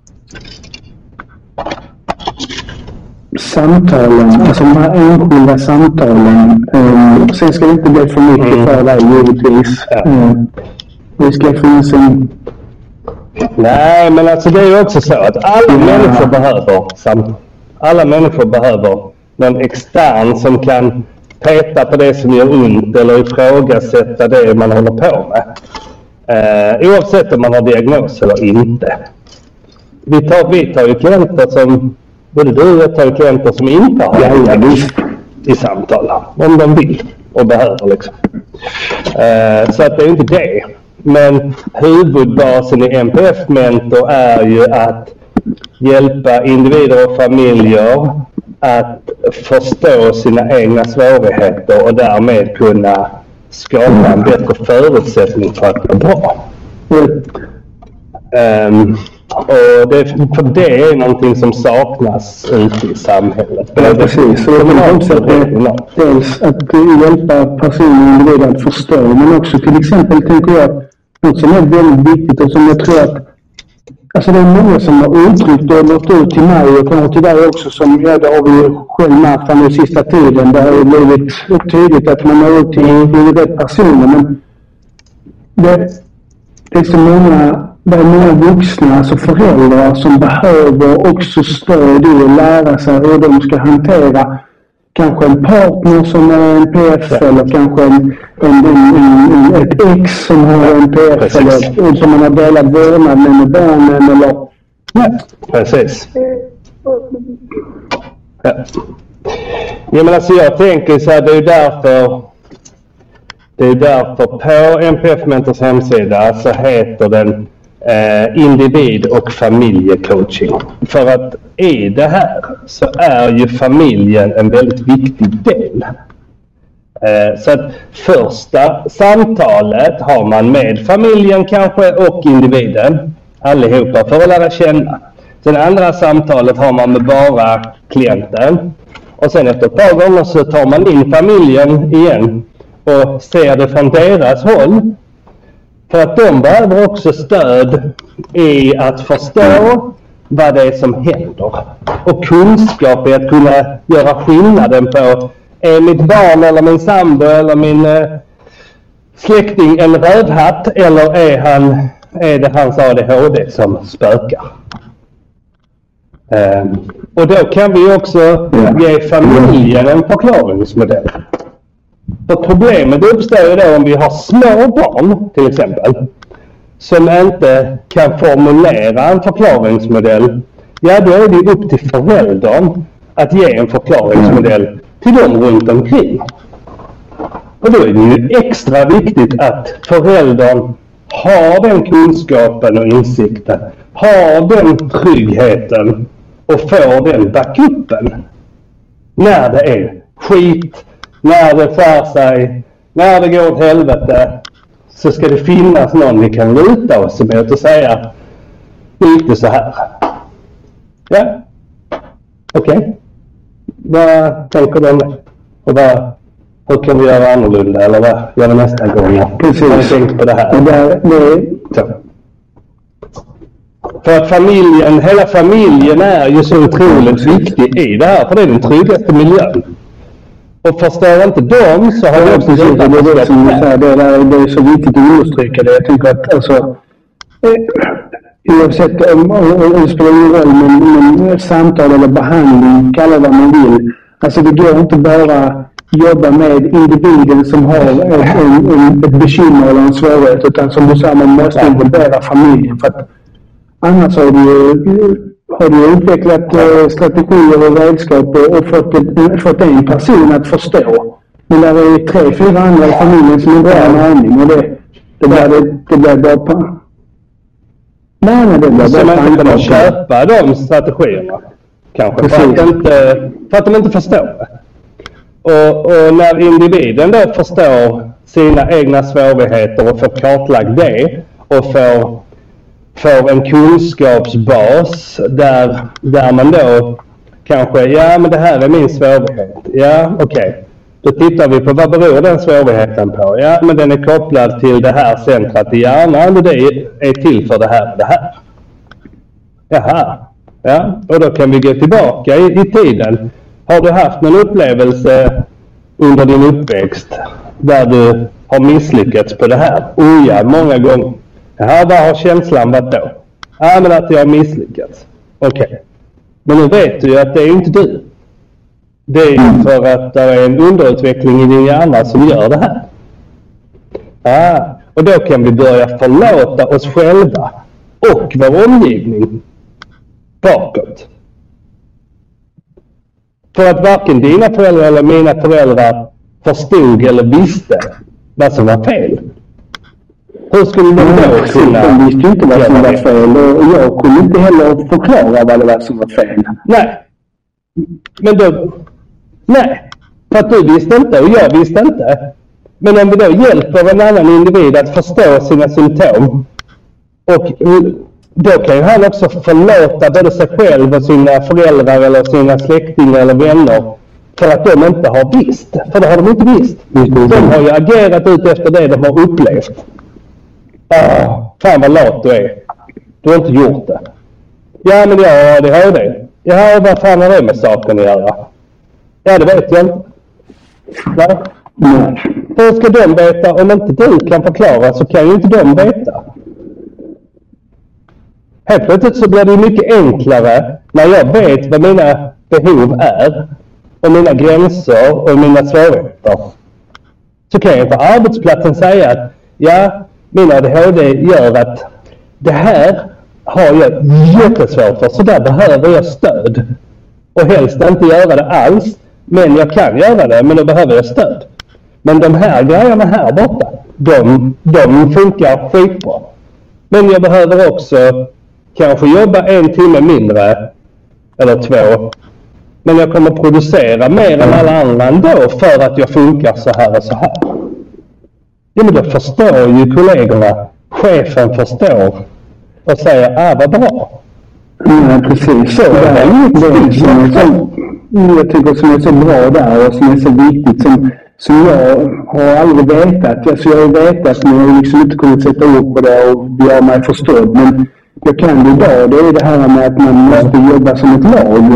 samtalen, alltså de här enskilda samtalen. Sen ska det inte bli för mycket för dig givetvis. Det ska finnas en... Nej, men alltså det är ju också så att alla människor behöver någon extern som kan peta på det som gör ont eller ifrågasätta det man håller på med. Oavsett om man har diagnos eller inte. Vi tar ju klienter som både du och jag tar klienter som inte har i samtal. Om de vill och behöver liksom. Så att det är inte det. Men huvudbasen i MPF Mentor är ju att hjälpa individer och familjer att förstå sina egna svårigheter och därmed kunna skapa en bättre förutsättning för att vara bra. Och det är någonting som saknas ute i samhället. Ja, precis. Så dels att hjälpa personer och individer att förstå, men också till exempel tänker jag något som är väldigt viktigt och som jag tror att alltså det är många som har uttryckt och nått ut till mig och kommer till dig också som det har vi själv märkt den sista tiden. Det har ju blivit tydligt att man har ut till rätt personer, men det är så många. Det är många vuxna, alltså föräldrar, som behöver också stöd i att lära sig hur de ska hantera kanske en partner som är en PF eller kanske ett ex som har en PF eller som man har delat vårdnad med barnen eller... Ja, precis. Ja. Ja, men alltså jag tänker så här, det är därför på MPF Mentors hemsida så heter den individ- och familjecoaching. För att i det här så är ju familjen en väldigt viktig del. Så att första samtalet har man med familjen kanske och individen allihopa för att lära känna. Sen andra samtalet har man med bara klienten. Och sen efter ett par gånger så tar man in familjen igen och ser det från deras håll. För att de behöver också stöd i att förstå vad det är som händer. Och kunskap i att kunna göra skillnaden på är mitt barn eller min sambo eller min släkting en rödhatt eller är det hans ADHD som spökar. Och då kan vi också ge familjen en förklaringsmodell. För problemet uppstår ju då om vi har små barn till exempel som inte kan formulera en förklaringsmodell. Ja, då är det upp till föräldern att ge en förklaringsmodell till dem runt omkring. Och då är det ju extra viktigt att föräldern har den kunskapen och insikten, har den tryggheten och får den backupen. När det är skit, när det skär sig, när det går åt helvete, så ska det finnas någon vi kan luta oss mot och säga lite så här. Ja, okej. Vad tänker du om det? Och hur kan vi göra annorlunda? Eller vad gör vi nästa gång? Precis. Jag har tänkt på det här. Så. För att hela familjen är ju så otroligt viktig i det här. För det är den tryggaste miljön. Och förstår inte dem så har vi också det är så viktigt att understryka det. Jag tycker att alltså, oavsett om det spelar ingen roll med samtal eller behandling, kalla vad man vill. Alltså det går inte bara jobba med individen som har ett bekymmer eller en svårighet, utan som du sa, man måste involvera familjen. För att annars har du utvecklat strategier och redskap och fått en person att förstå. Men där är 3-4 andra i familjen som inte har en aning. Och det blir bara på. Nej, det blir bara så man inte kan köpa de strategierna. Kanske. För att de inte förstår det. Och när individen då förstår sina egna svårigheter och får kartlagt det och får en kunskapsbas där man då kanske, ja men det här är min svårighet. Ja, okej. Då tittar vi på vad beror den svårigheten på. Ja, men den är kopplad till det här centrat i hjärnan och det är till för det här och det här. Jaha. Ja, och då kan vi gå tillbaka i tiden. Har du haft någon upplevelse under din uppväxt där du har misslyckats på det här? Ja, många gånger. Jaha, vad har känslan varit då? Ja, men att jag har misslyckats. Okej. Men nu vet du ju att det är inte du. Det är ju för att det är en underutveckling i din hjärna som gör det här. Ja, och då kan vi börja förlåta oss själva och vår omgivning bakåt. För att varken dina föräldrar eller mina föräldrar förstod eller visste vad som var fel. Hur skulle de då kunna... De visste ju inte vad som var fel och jag kunde inte heller förklara vad det var som var fel. Nej. Men då... Nej. För att du visste inte och jag visste inte. Men om vi då hjälper en annan individ att förstå sina symptom, och då kan ju han också förlåta både sig själv och sina föräldrar eller sina släktingar eller vänner för att de inte har visst. För det har de inte visst. De har ju agerat ut efter det de har upplevt. Fan vad lat du är. Du har inte gjort det. Ja, men jag har ADHD. Ja, vad fan har det med saken att göra? Ja, det vet jag inte. Nej. Hur ska de veta? Om inte du kan förklara så kan ju inte de veta. Helt plötsligt så blir det mycket enklare när jag vet vad mina behov är och mina gränser och mina svårigheter. Så kan jag på arbetsplatsen säga att ja, min ADHD gör att det här har jag jättesvårt för, så där behöver jag stöd. Och helst inte göra det alls, men jag kan göra det, men då behöver jag stöd. Men de här grejerna här borta, de funkar skitbra. Men jag behöver också kanske jobba 1 timme mindre eller 2. Men jag kommer producera mer än alla andra ändå för att jag funkar så här och så här. Ja, men då förstår ju kollegorna, chefen förstår och säger, vad bra. Ja, precis. Så det är inget jag tycker som är så bra där och som är så viktigt som jag har aldrig vetat. Alltså jag har vetat men jag har liksom inte kunnat sätta upp på det och göra mig förstådd. Men jag kan det idag. Det är det här med att man måste jobba som ett lag.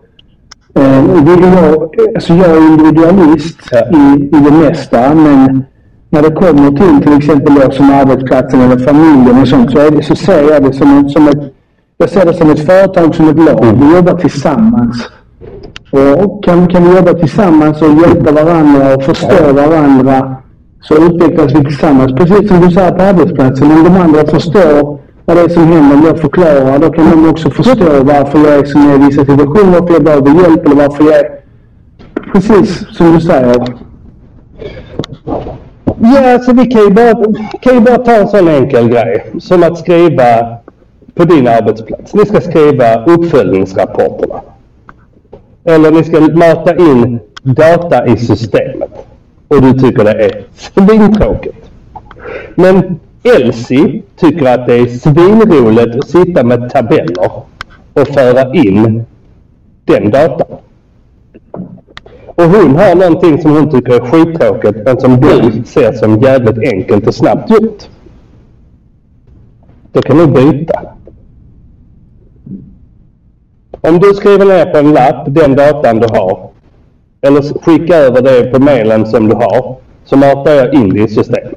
Jag är individualist i det mesta, men när det kommer till exempel då, som arbetsplatsen eller familjen och sånt, så ser jag det jag ser det som ett företag, som ett lag. Vi jobbar tillsammans. Och kan vi jobba tillsammans och hjälpa varandra och förstå varandra, så utvecklas vi tillsammans. Precis som du sa på arbetsplatsen, om de andra förstår vad det är som händer och jag förklarar, då kan de också förstå varför jag är som är i vissa situationer, varför jag behöver hjälp eller varför jag är... Precis som du säger. Ja, så vi kan ju bara ta en sån enkel grej som att skriva på din arbetsplats. Ni ska skriva uppföljningsrapporterna. Eller ni ska mata in data i systemet. Och du tycker det är svintråkigt. Men Elsie tycker att det är svinroligt att sitta med tabeller och föra in den datan. Och hon har någonting som hon tycker är skittråkigt, men som du ser som jävligt enkelt och snabbt gjort. Då kan du byta. Om du skriver ner på en lapp den datan du har, eller skicka över det på mailen som du har, så matar jag in det i systemet.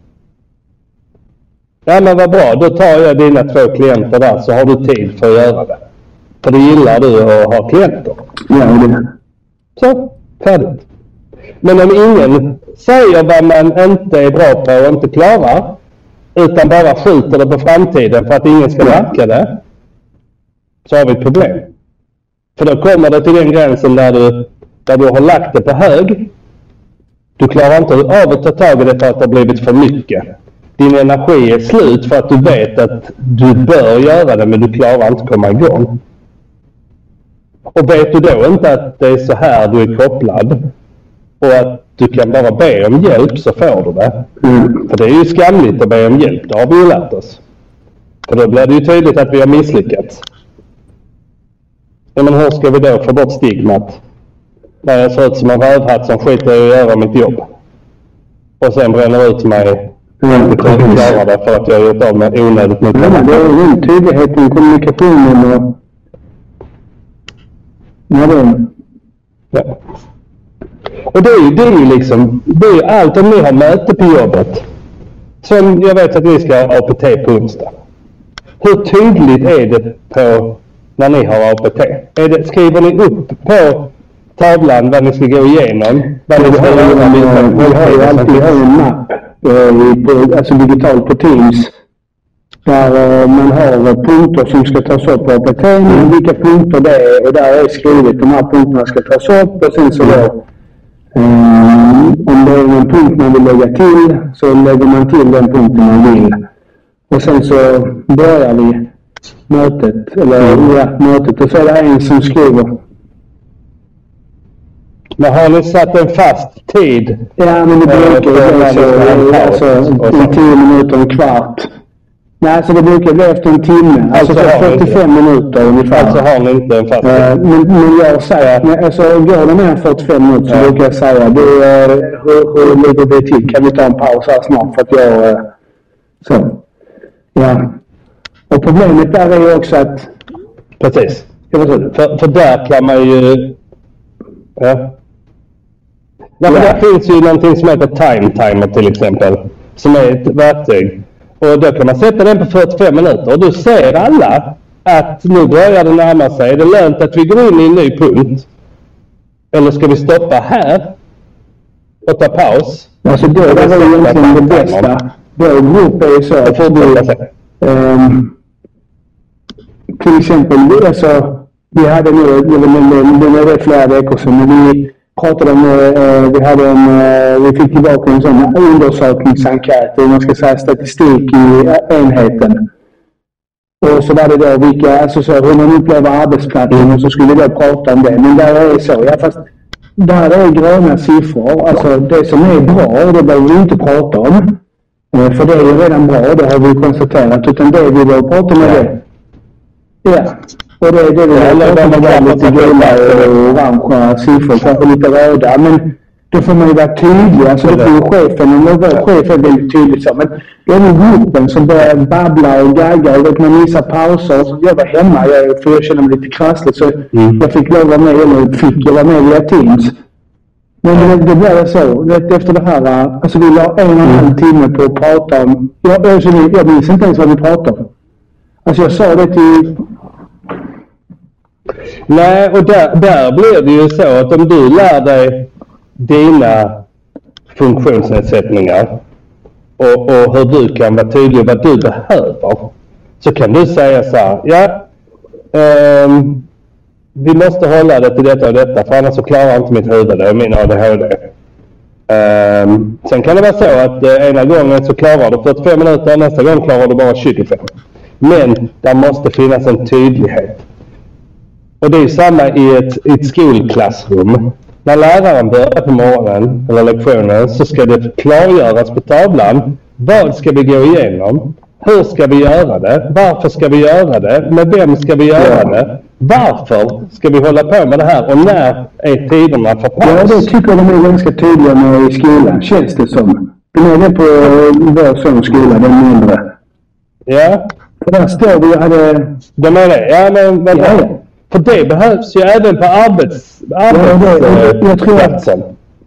Ja, men vad bra, då tar jag dina 2 klienter där, så har du tid för att göra det. För det gillar du att ha klienter. Ja, det. Så, färdigt. Men om ingen säger vad man inte är bra på och inte klarar, utan bara skjuter det på framtiden för att ingen ska märka det, så har vi ett problem. För då kommer det till den gränsen där du har lagt det på hög. Du klarar inte av att ta tag i det för att det har blivit för mycket. Din energi är slut för att du vet att du bör göra det, men du klarar inte att komma igång. Och vet du då inte att det är så här du är kopplad och att du kan bara be om hjälp, så får du det. För det är ju skamligt att be om hjälp, det har vi ju lärt oss. För då blir det ju tydligt att vi har misslyckats. Ja, men hur ska vi då få bort stigmat? När jag ser ut som en rövhatt som skiter i att göra mitt jobb. Och sen bränner ut mig. Inte klarar det för att jag har gjort av med onödigt mycket. Ja, det är ju tydligheten, kommunikationen och... Ja. Och det är ju liksom, det är ju allt. Om ni har möte på jobbet, som jag vet att ni ska ha APT på onsdag. Hur tydligt är det på när ni har APT? Skriver ni upp på tavlan vad ni ska gå igenom? Vad ni ska göra? Vi har ju alltid en mapp, alltså digitalt på Teams, Där man har punkter som ska tas upp på APT, vilka punkter det är, och där är skrivet de här punkterna ska tas upp, och sen så då om det är en punkt man vill lägga till så lägger man till den punkten man vill. Och sen så börjar vi mötet, mötet, och så är det en som skriver. Men har ni satt en fast tid? Ja, men det brukar bli så, 10 minuter, en kvart. Nej, så det brukar bli efter en timme. Alltså 45 minuter ungefär. Alltså har ni inte en fast tid? Men jag säger, alltså går det mer än 45 minuter så brukar jag säga, hur ligger det till? Kan vi ta en paus här snart? För att jag, så. Ja. Och problemet där är ju också att... Precis. För där kan man ju... Ja. Men där finns ju någonting som heter time timer till exempel. Som är ett verktyg. Och då kan man sätta den på 45 minuter. Och då ser alla att nu börjar det närma sig. Är det lönt att vi går in i en ny punkt? Eller ska vi stoppa här och ta paus? Alltså det var egentligen det bästa. Vår grupp är ju så att till exempel, alltså, vi hade nu, det var flera veckor sedan, men vi pratade om, vi fick tillbaka en sån undersökningsenkät, man ska säga statistik i enheten. Och så var det då hur man upplever arbetsplatsen, och så skulle vi då prata om det. Men där är det så, fast där är gröna siffror, alltså det som är bra, det behöver vi inte prata om. För det är ju redan bra, det har vi konstaterat, utan det vi vill prata om det. Ja, och det är det vi har pratat om, lite gula och orangea siffror, kanske lite röda, men då får man ju vara tydlig, alltså då får ju chefen, och chefen är väldigt tydlig så, men det är nog gruppen som börjar babbla och gagga, och man missar pauser, och så jag var hemma, för jag kände mig lite krasslig, så jag fick lov att vara med, jag var med via Teams. Men det blev så, efter det här, alltså vi la 1,5 timme på att prata om, jag minns inte ens vad vi pratade om. Alltså jag sa det till... Nej, och där blir det ju så att om du lär dig dina funktionsnedsättningar och hur du kan vara tydlig vad du behöver, så kan du säga så här, vi måste hålla det till detta och detta, för annars så klarar inte mitt huvud det och min ADHD. Sen kan det vara så att ena gången så klarar du 45 minuter, nästa gång klarar du bara 25. Men det måste finnas en tydlighet. Och det är samma i ett skolklassrum. När läraren börjar på morgonen eller lektionen så ska det klargöras på tavlan. Vad ska vi gå igenom? Hur ska vi göra det? Varför ska vi göra det? Med vem ska vi göra det? Varför ska vi hålla på med det här? Och när är tiderna för paus? Ja, det tycker de är ganska tydliga med i skolan, känns det som. De är det på vår sån skola, den mindre. Ja. För där står vi och hade... De är det? Ja, men vänta. För det behövs ju även på arbetsplatsen.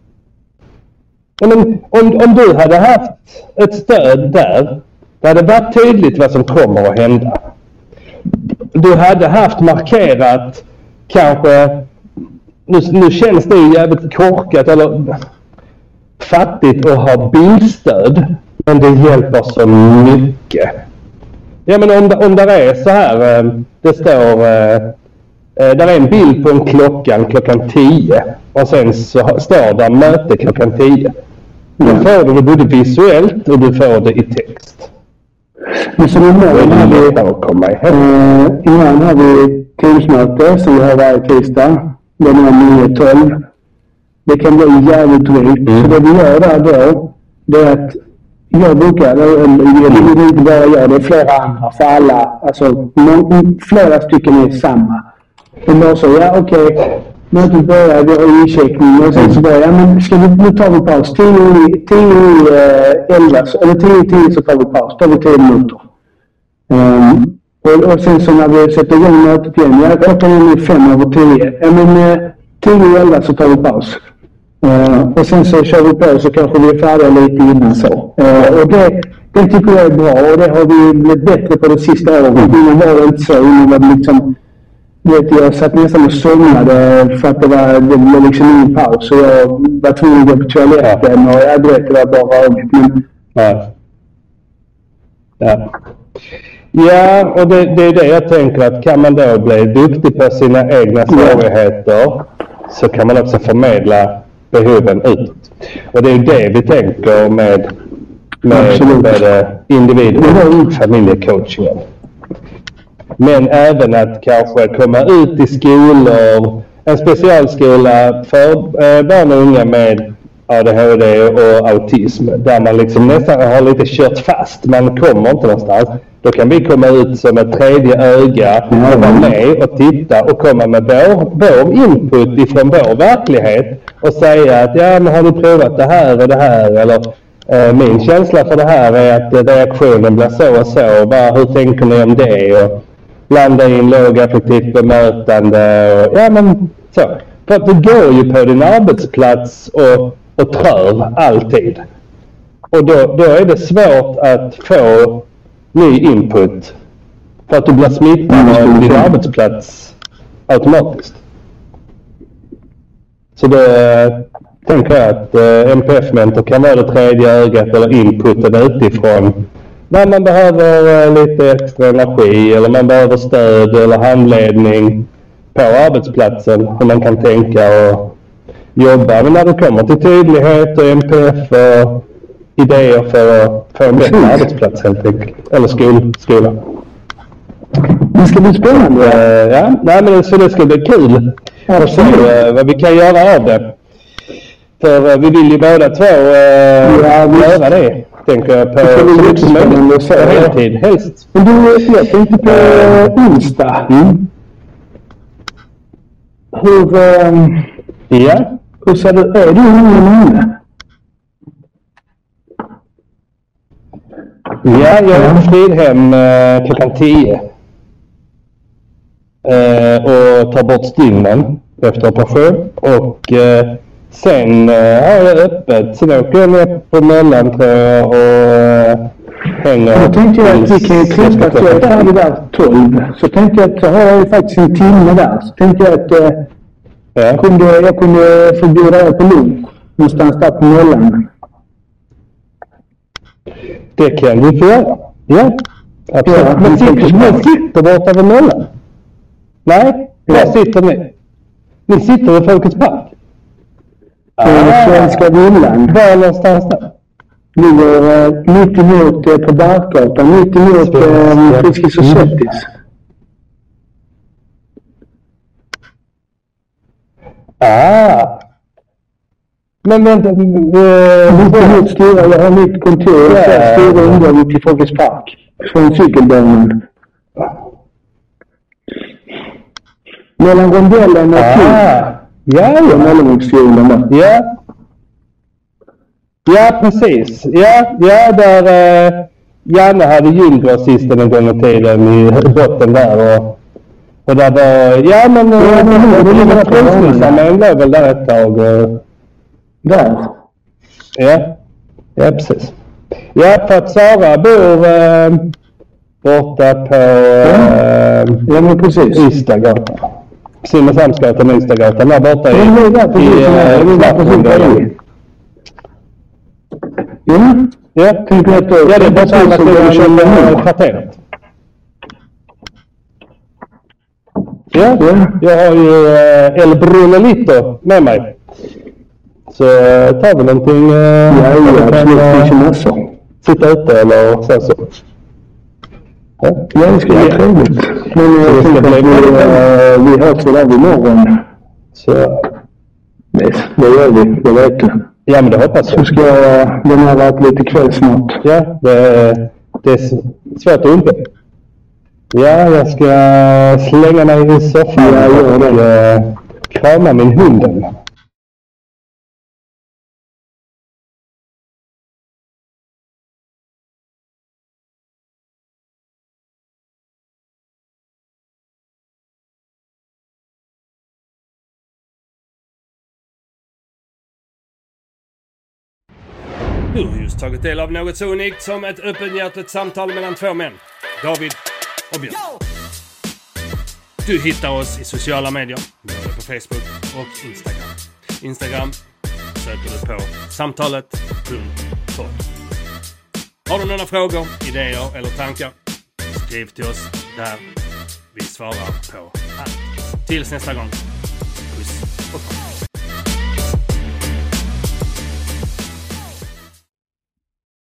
Men om du hade haft ett stöd där, det hade varit tydligt vad som kommer att hända. Du hade haft markerat kanske, nu känns det ju jävligt korkat eller fattigt att ha bilstöd, men det hjälper så mycket. Ja, men om där är så här, det står, där är en bild på en klockan 10 och sen så står där möte klockan 10. Då får du det både visuellt och du får det i text. Men så imorgon har vi Teamsmöte som vi har varje tisdag. Den är 9-12. Det kan bli jävligt drygt. Så det vi gör där då, det är att jag brukar, det är inte bara jag, det är flera andra för alla, alltså flera stycken är samma. De bara så, okej, mötet börjar, vi har incheckning och sen så börjar, men ska vi, nu tar vi paus, 10 i 11, eller 10 så tar vi paus, tar vi 10 minuter. Och sen så när vi sätter igång mötet igen, jag klockan är 5:10, men 10 i 11 så tar vi paus. Och sen så kör vi på så kanske vi är färdiga lite innan så. Och det tycker jag är bra och det har vi blivit bättre på det sista året. Innan var det inte så, innan var det liksom, jag satt nästan och somnade för att det var liksom ingen paus och jag var tvungen att gå på toaletten och jag vet det var bara rörigt. Men... Ja. Ja, och det är det jag tänker att kan man då bli duktig på sina egna svårigheter så kan man också förmedla behoven utåt. Och det är det vi tänker med både individ- och familjecoachingen. Men även att kanske komma ut i skolor, en specialskola för barn och unga med ADHD och autism där man liksom nästan har lite kört fast. Man kommer inte någonstans. Då kan vi komma ut som ett tredje öga och vara med och titta och komma med vår input ifrån vår verklighet och säga att ja, men har du provat det här och det här? Eller min känsla för det här är att reaktionen blir så och så. Hur tänker ni om det? Och blanda in lågaffektivt bemötande och ja men så. För att du går ju på din arbetsplats och trör alltid. Och då är det svårt att få ny input för att du blir smittad av din arbetsplats automatiskt. Så då tänker jag att MPF-mentor kan vara det tredje ögat eller inputen utifrån när man behöver lite extra energi eller man behöver stöd eller handledning på arbetsplatsen hur man kan tänka och jobba. Men när det kommer till tydlighet och MPF och idéer för att få en bättre arbetsplats helt enkelt. Eller skola. Det ska bli spännande. Ja, nej, men så det ska bli kul att se vad vi kan göra av det. För vi vill ju båda två göra det. Tänker jag på heltid helst. Men du, jag tänkte på Insta. Hur ser du, är du inne? Ja, jag är på Fridhem klockan 10. Och tar bort stygnen efter operation. Och sen har jag öppet. Sen åker jag ner på Möllan tror jag och hänger. Jag tänkte att vi kan träffas där 12. Så tänkte jag att så har jag faktiskt en timme där. Så tänkte jag att jag kunde förbjuda dig på lunch. Någonstans där på Möllan. Det kan du få göra. Ja, absolut. Ja, men sitter borta vid Möllan? Nej, där sitter ni. Ni sitter i Folkets park. Svenska villan. Var någonstans där? Ligger mitt emot på Barkgatan, mitt emot Friskis och Svettis. Men vänta. Jag har mitt kontor och stora ingång till Folkets park. Från cykelbanan. Mellan rondellen och Ja, mellanriksfiolen där. Ja, precis. Ja, där Janne hade gyngrossisten en gång i tiden i botten där och där var, ja men det var Frälsningsarmén låg väl där ett tag. Där? Ja, precis. Ja, för att Sara bor borta på ja, men precis. Ystadgatan. Simrishamnsgatan och Ystadgatan där borta i Ja, tänker att det är bara så att du känner kvarteret. Ja, jag har ju El Brunelito med mig. Så tar vi någonting. Sitta ute eller så. Ja, det ska bli trevligt. Men jag tänker att vi hörs väl av imorgon. Så det gör vi, det vet du. Ja, men det hoppas jag. Så ska den här vara lite kväll snart. Ja, det är svårt att undvika. Ja, jag ska slänga mig i soffan och krama min hunden. Du har just tagit del av något så unikt som ett öppenhjärtigt samtal mellan två män, David och Björn. Du hittar oss i sociala medier, både på Facebook och Instagram. Instagram söker du på samtalet.podd. Har du några frågor, idéer eller tankar? Skriv till oss där. Vi svarar på allt. Tills nästa gång. Puss och kram.